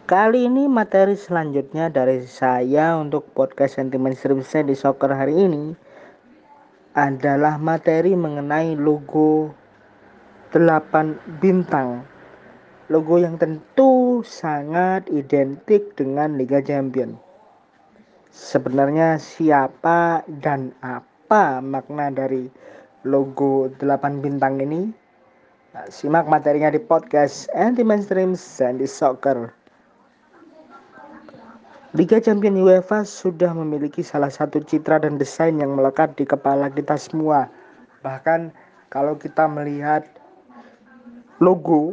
Kali ini materi selanjutnya dari saya untuk podcast sentimen saya di soccer hari ini adalah materi mengenai logo 8 bintang. Logo yang tentu sangat identik dengan Liga Champions. Sebenarnya siapa dan apa makna dari logo 8 bintang ini? Nah, simak materinya di podcast Anti-Mainstream Sandy Soccer. Liga Champions UEFA sudah memiliki salah satu citra dan desain yang melekat di kepala kita semua. Bahkan kalau kita melihat logo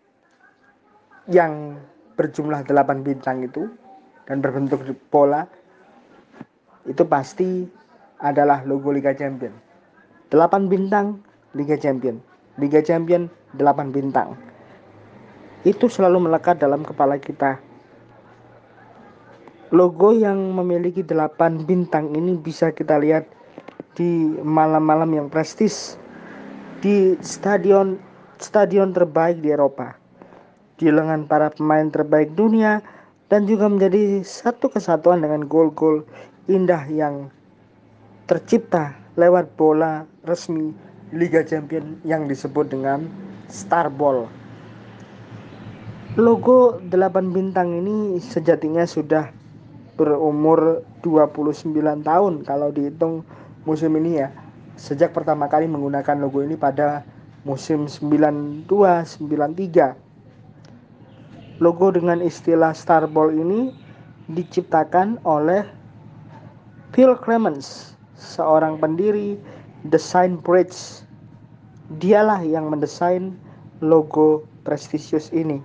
yang berjumlah 8 bintang itu dan berbentuk bola, itu pasti adalah logo Liga Champions. 8 bintang Liga Champions. Liga Champions 8 bintang. Itu selalu melekat dalam kepala kita. Logo yang memiliki 8 bintang ini bisa kita lihat di malam-malam yang prestis, di stadion terbaik di Eropa, di lengan para pemain terbaik dunia, dan juga menjadi satu kesatuan dengan gol-gol indah yang tercipta lewat bola resmi Liga Champions yang disebut dengan Star Ball. Logo 8 bintang ini sejatinya sudah berumur 29 tahun kalau dihitung musim ini ya. Sejak pertama kali menggunakan logo ini pada musim 92-93. Logo dengan istilah Star Ball ini diciptakan oleh Phil Clemens, seorang pendiri Design Bridge. Dialah yang mendesain logo prestisius ini.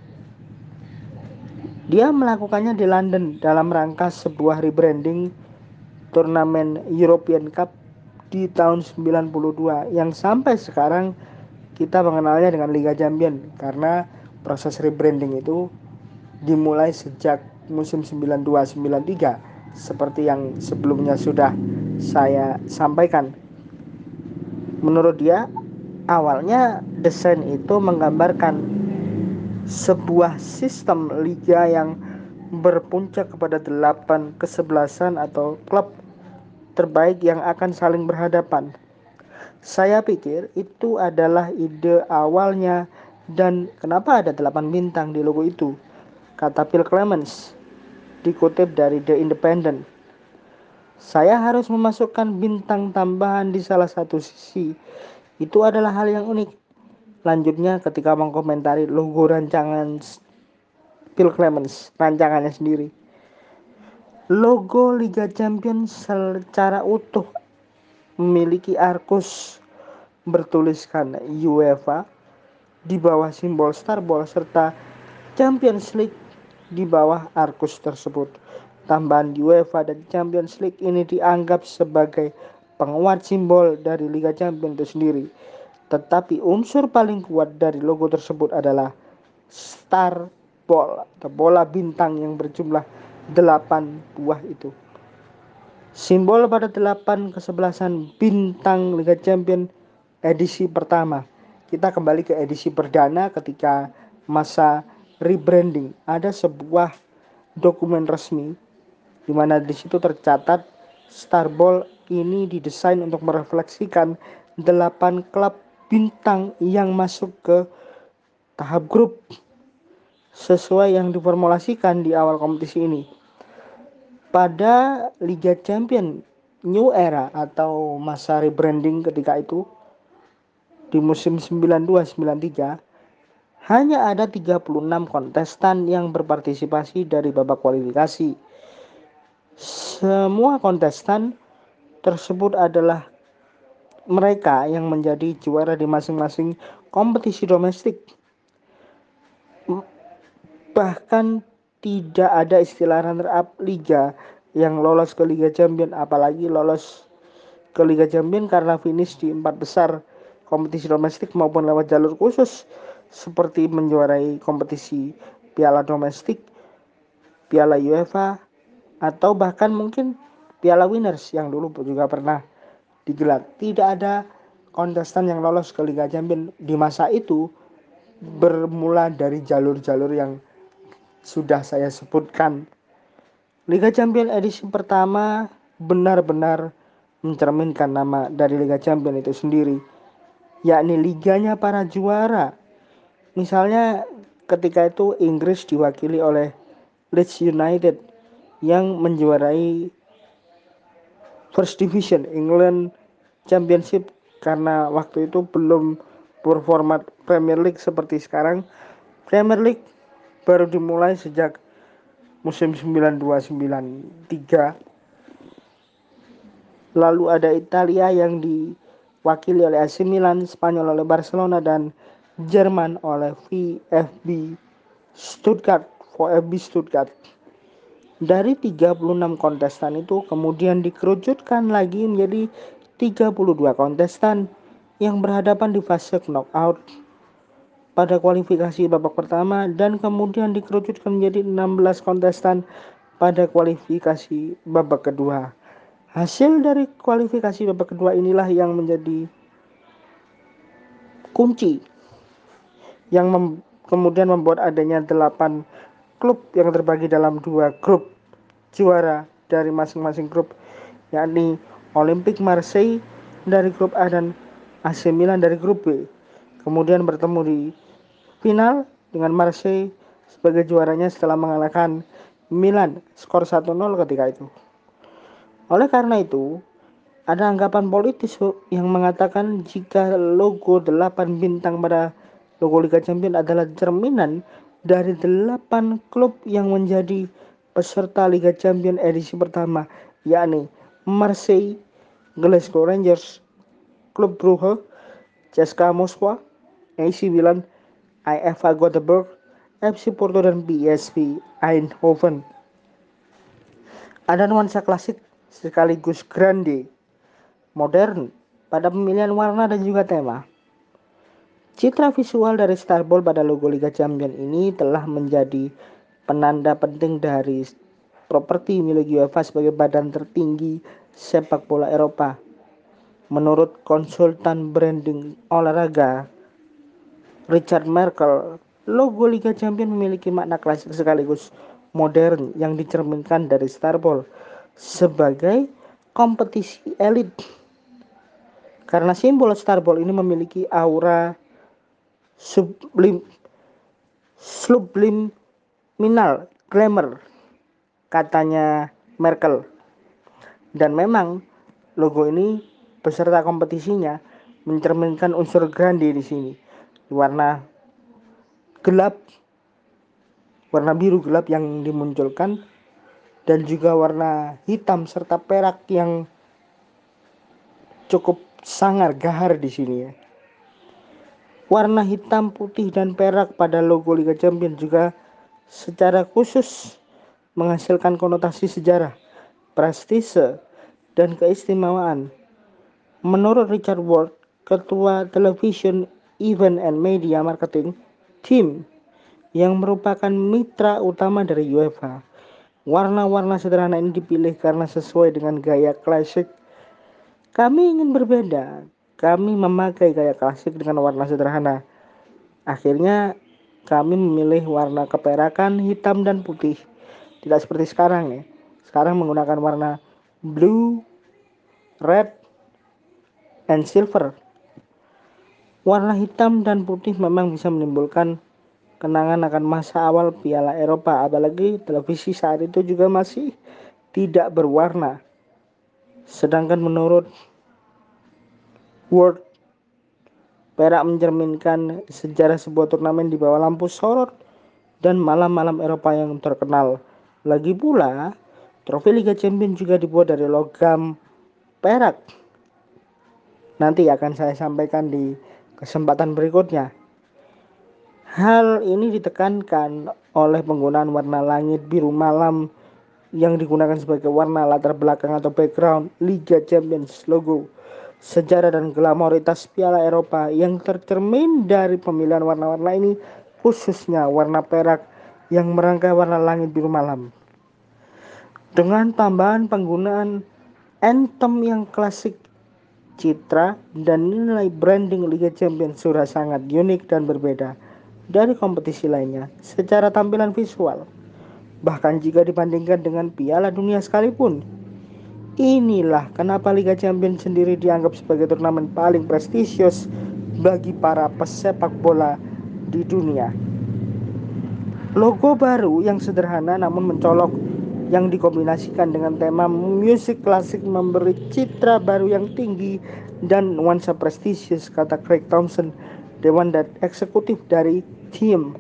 Dia melakukannya di London dalam rangka sebuah rebranding turnamen European Cup di tahun 92 yang sampai sekarang kita mengenalnya dengan Liga Champions karena proses rebranding itu dimulai sejak musim 92-93 seperti yang sebelumnya sudah saya sampaikan. Menurut dia, awalnya desain itu menggambarkan sebuah sistem liga yang berpuncak kepada 8 kesebelasan atau klub terbaik yang akan saling berhadapan. Saya pikir itu adalah ide awalnya dan kenapa ada 8 bintang di logo itu, kata Phil Clemens, dikutip dari The Independent. Saya harus memasukkan bintang tambahan di salah satu sisi. Itu adalah hal yang unik. Lanjutnya ketika mengkomentari logo rancangan Phil Clemens, rancangannya sendiri. Logo Liga Champions secara utuh memiliki arkus bertuliskan UEFA di bawah simbol Star Ball serta Champions League di bawah arkus tersebut. Tambahan UEFA dan Champions League ini dianggap sebagai penguat simbol dari Liga Champions itu sendiri. Tetapi unsur paling kuat dari logo tersebut adalah Star Ball atau bola bintang yang berjumlah 8 buah itu. Simbol pada 8 kesebelasan bintang Liga Champions edisi pertama. Kita kembali ke edisi perdana ketika masa rebranding. Ada sebuah dokumen resmi di mana di situ tercatat Star Ball ini didesain untuk merefleksikan 8 klub bintang yang masuk ke tahap grup sesuai yang diformulasikan di awal kompetisi ini. Pada Liga Champions New Era atau masa rebranding ketika itu di musim 92-93 hanya ada 36 kontestan yang berpartisipasi dari babak kualifikasi. Semua kontestan tersebut adalah mereka yang menjadi juara di masing-masing kompetisi domestik. Bahkan tidak ada istilah runner up liga yang lolos ke Liga Champions, apalagi lolos ke Liga Champions karena finish di 4 besar kompetisi domestik maupun lewat jalur khusus seperti menjuarai kompetisi Piala Domestik, Piala UEFA, atau bahkan mungkin Piala Winners yang dulu juga pernah digelar. Tidak ada kontestan yang lolos ke Liga Champions di masa itu bermula dari jalur-jalur yang sudah saya sebutkan. Liga Champions edisi pertama benar-benar mencerminkan nama dari Liga Champions itu sendiri, yakni liganya para juara. Misalnya ketika itu Inggris diwakili oleh Leeds United yang menjuarai First Division England Championship, karena waktu itu belum berformat Premier League seperti sekarang. Premier League baru dimulai sejak musim 92-93. Lalu ada Italia yang diwakili oleh AC Milan, Spanyol oleh Barcelona, dan Jerman oleh VfB Stuttgart. VfB Stuttgart. Dari 36 kontestan itu kemudian dikerucutkan lagi menjadi 32 kontestan yang berhadapan di fase knockout pada kualifikasi babak pertama, dan kemudian dikerucutkan menjadi 16 kontestan pada kualifikasi babak kedua. Hasil dari kualifikasi babak kedua inilah yang menjadi kunci yang kemudian membuat adanya 8 klub yang terbagi dalam 2 grup juara dari masing-masing grup, yakni Olympique Marseille dari grup A dan AC Milan dari grup B. Kemudian bertemu di final dengan Marseille sebagai juaranya setelah mengalahkan Milan skor 1-0 ketika itu. Oleh karena itu, ada anggapan politis yang mengatakan jika logo 8 bintang pada logo Liga Champions adalah cerminan dari 8 klub yang menjadi peserta Liga Champions edisi pertama, yakni Marseille, Glasgow Rangers, Klub Brugge, CSKA Moskwa, AC Milan, IFA Göteborg, FC Porto, dan PSV Eindhoven. Ada nuansa klasik sekaligus grande, modern pada pemilihan warna dan juga tema. Citra visual dari Starball pada logo Liga Champions ini telah menjadi penanda penting dari properti milik UEFA sebagai badan tertinggi sepak bola Eropa. Menurut konsultan branding olahraga Richard Merkel, logo Liga Champions memiliki makna klasik sekaligus modern yang dicerminkan dari Starball sebagai kompetisi elit. Karena simbol Starball ini memiliki aura subliminal glamour, katanya Merkel. Dan memang logo ini beserta kompetisinya mencerminkan unsur grande di sini. Warna gelap, warna biru gelap yang dimunculkan, dan juga warna hitam serta perak yang cukup sangar gahar di sini ya. Warna hitam, putih, dan perak pada logo Liga Champions juga secara khusus menghasilkan konotasi sejarah, prestise, dan keistimewaan. Menurut Richard Ward, Ketua Television Event and Media Marketing Team yang merupakan mitra utama dari UEFA, warna-warna sederhana ini dipilih karena sesuai dengan gaya klasik. Kami ingin berbeda. Kami memakai gaya klasik dengan warna sederhana. Akhirnya kami memilih warna keperakan, hitam, dan putih. Tidak seperti sekarang ya. Sekarang menggunakan warna blue, red, and silver. Warna hitam dan putih memang bisa menimbulkan kenangan akan masa awal Piala Eropa, apalagi televisi saat itu juga masih tidak berwarna. Sedangkan menurut World, perak mencerminkan sejarah sebuah turnamen di bawah lampu sorot dan malam-malam Eropa yang terkenal. Lagi pula, trofi Liga Champions juga dibuat dari logam perak. Nanti akan saya sampaikan di kesempatan berikutnya. Hal ini ditekankan oleh penggunaan warna langit biru malam yang digunakan sebagai warna latar belakang atau background Liga Champions logo. Sejarah dan glamoritas Piala Eropa yang tercermin dari pemilihan warna-warna ini, khususnya warna perak yang merangkai warna langit biru malam. Dengan tambahan penggunaan anthem yang klasik, citra dan nilai branding Liga Champions sudah sangat unik dan berbeda. dari kompetisi lainnya secara tampilan visual. Bahkan jika dibandingkan dengan Piala Dunia sekalipun. Inilah kenapa Liga Champions sendiri dianggap sebagai turnamen paling prestisius bagi para pesepak bola di dunia. Logo baru yang sederhana namun mencolok yang dikombinasikan dengan tema musik klasik memberi citra baru yang tinggi dan nuansa prestisius, kata Craig Thompson, dewan eksekutif dari tim.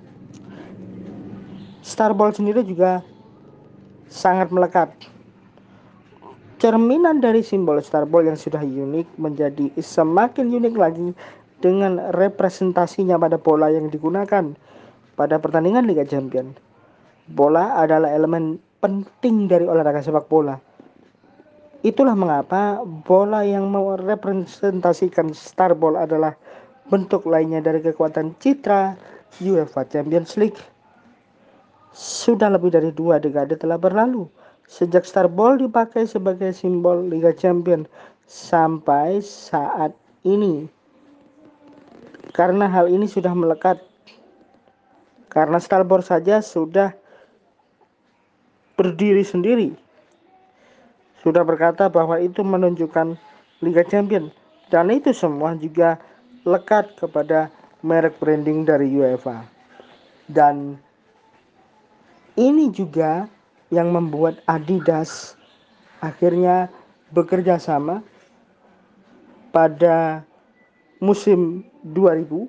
Starball sendiri juga sangat melekat. Cerminan dari simbol Starball yang sudah unik menjadi semakin unik lagi dengan representasinya pada bola yang digunakan pada pertandingan Liga Champions. Bola adalah elemen penting dari olahraga sepak bola. Itulah mengapa bola yang merepresentasikan Starball adalah bentuk lainnya dari kekuatan citra UEFA Champions League. Sudah lebih dari 2 dekade telah berlalu sejak Starball dipakai sebagai simbol Liga Champions sampai saat ini. Karena hal ini sudah melekat. Karena Starball saja sudah berdiri sendiri. Sudah berkata bahwa itu menunjukkan Liga Champions. Dan itu semua juga lekat kepada merek branding dari UEFA. Dan ini juga yang membuat Adidas akhirnya bekerja sama pada musim 2000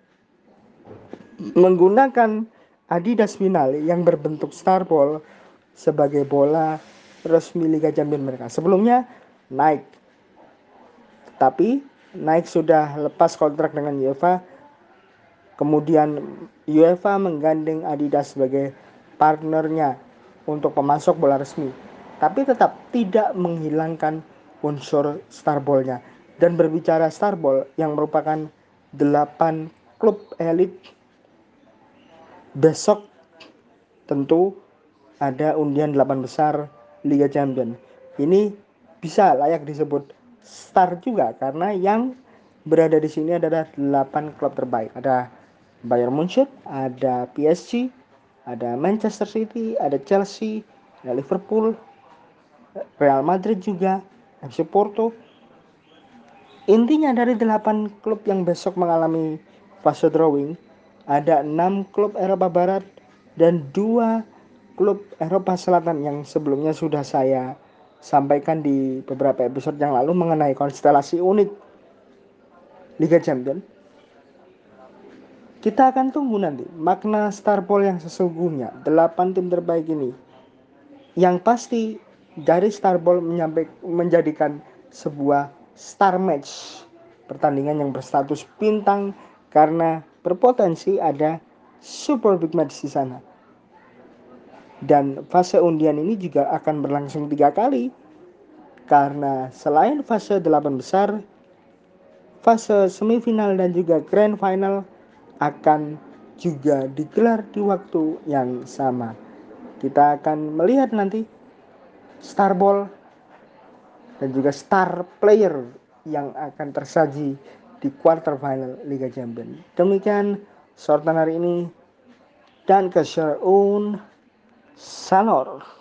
menggunakan Adidas Finale yang berbentuk Starball sebagai bola resmi Liga Champions mereka. Sebelumnya Nike, tapi Nike sudah lepas kontrak dengan UEFA. Kemudian UEFA menggandeng Adidas sebagai partnernya untuk pemasok bola resmi, tapi tetap tidak menghilangkan unsur Starball-nya. Dan berbicara Starball yang merupakan 8 klub elit, besok tentu ada undian 8 besar Liga Champions. Ini bisa layak disebut star juga karena yang berada di sini adalah 8 klub terbaik. Ada Bayern Munchen, ada PSG, ada Manchester City, ada Chelsea, ada Liverpool, Real Madrid juga, FC Porto. Intinya dari 8 klub yang besok mengalami fase drawing, ada 6 klub Eropa Barat dan 2 klub Eropa Selatan yang sebelumnya sudah saya sampaikan di beberapa episode yang lalu mengenai konstelasi unik Liga Champions. Kita akan tunggu nanti makna Starball yang sesungguhnya 8 tim terbaik ini. Yang pasti dari Starball menjadikan sebuah star match, pertandingan yang berstatus bintang karena berpotensi ada super big match di sana. Dan fase undian ini juga akan berlangsung 3 kali karena selain fase 8 besar, fase semifinal dan juga grand final akan juga digelar di waktu yang sama. Kita akan melihat nanti Starball dan juga star player yang akan tersaji di quarter final Liga Champions. Demikian sortan hari ini dan kesyarun Salor.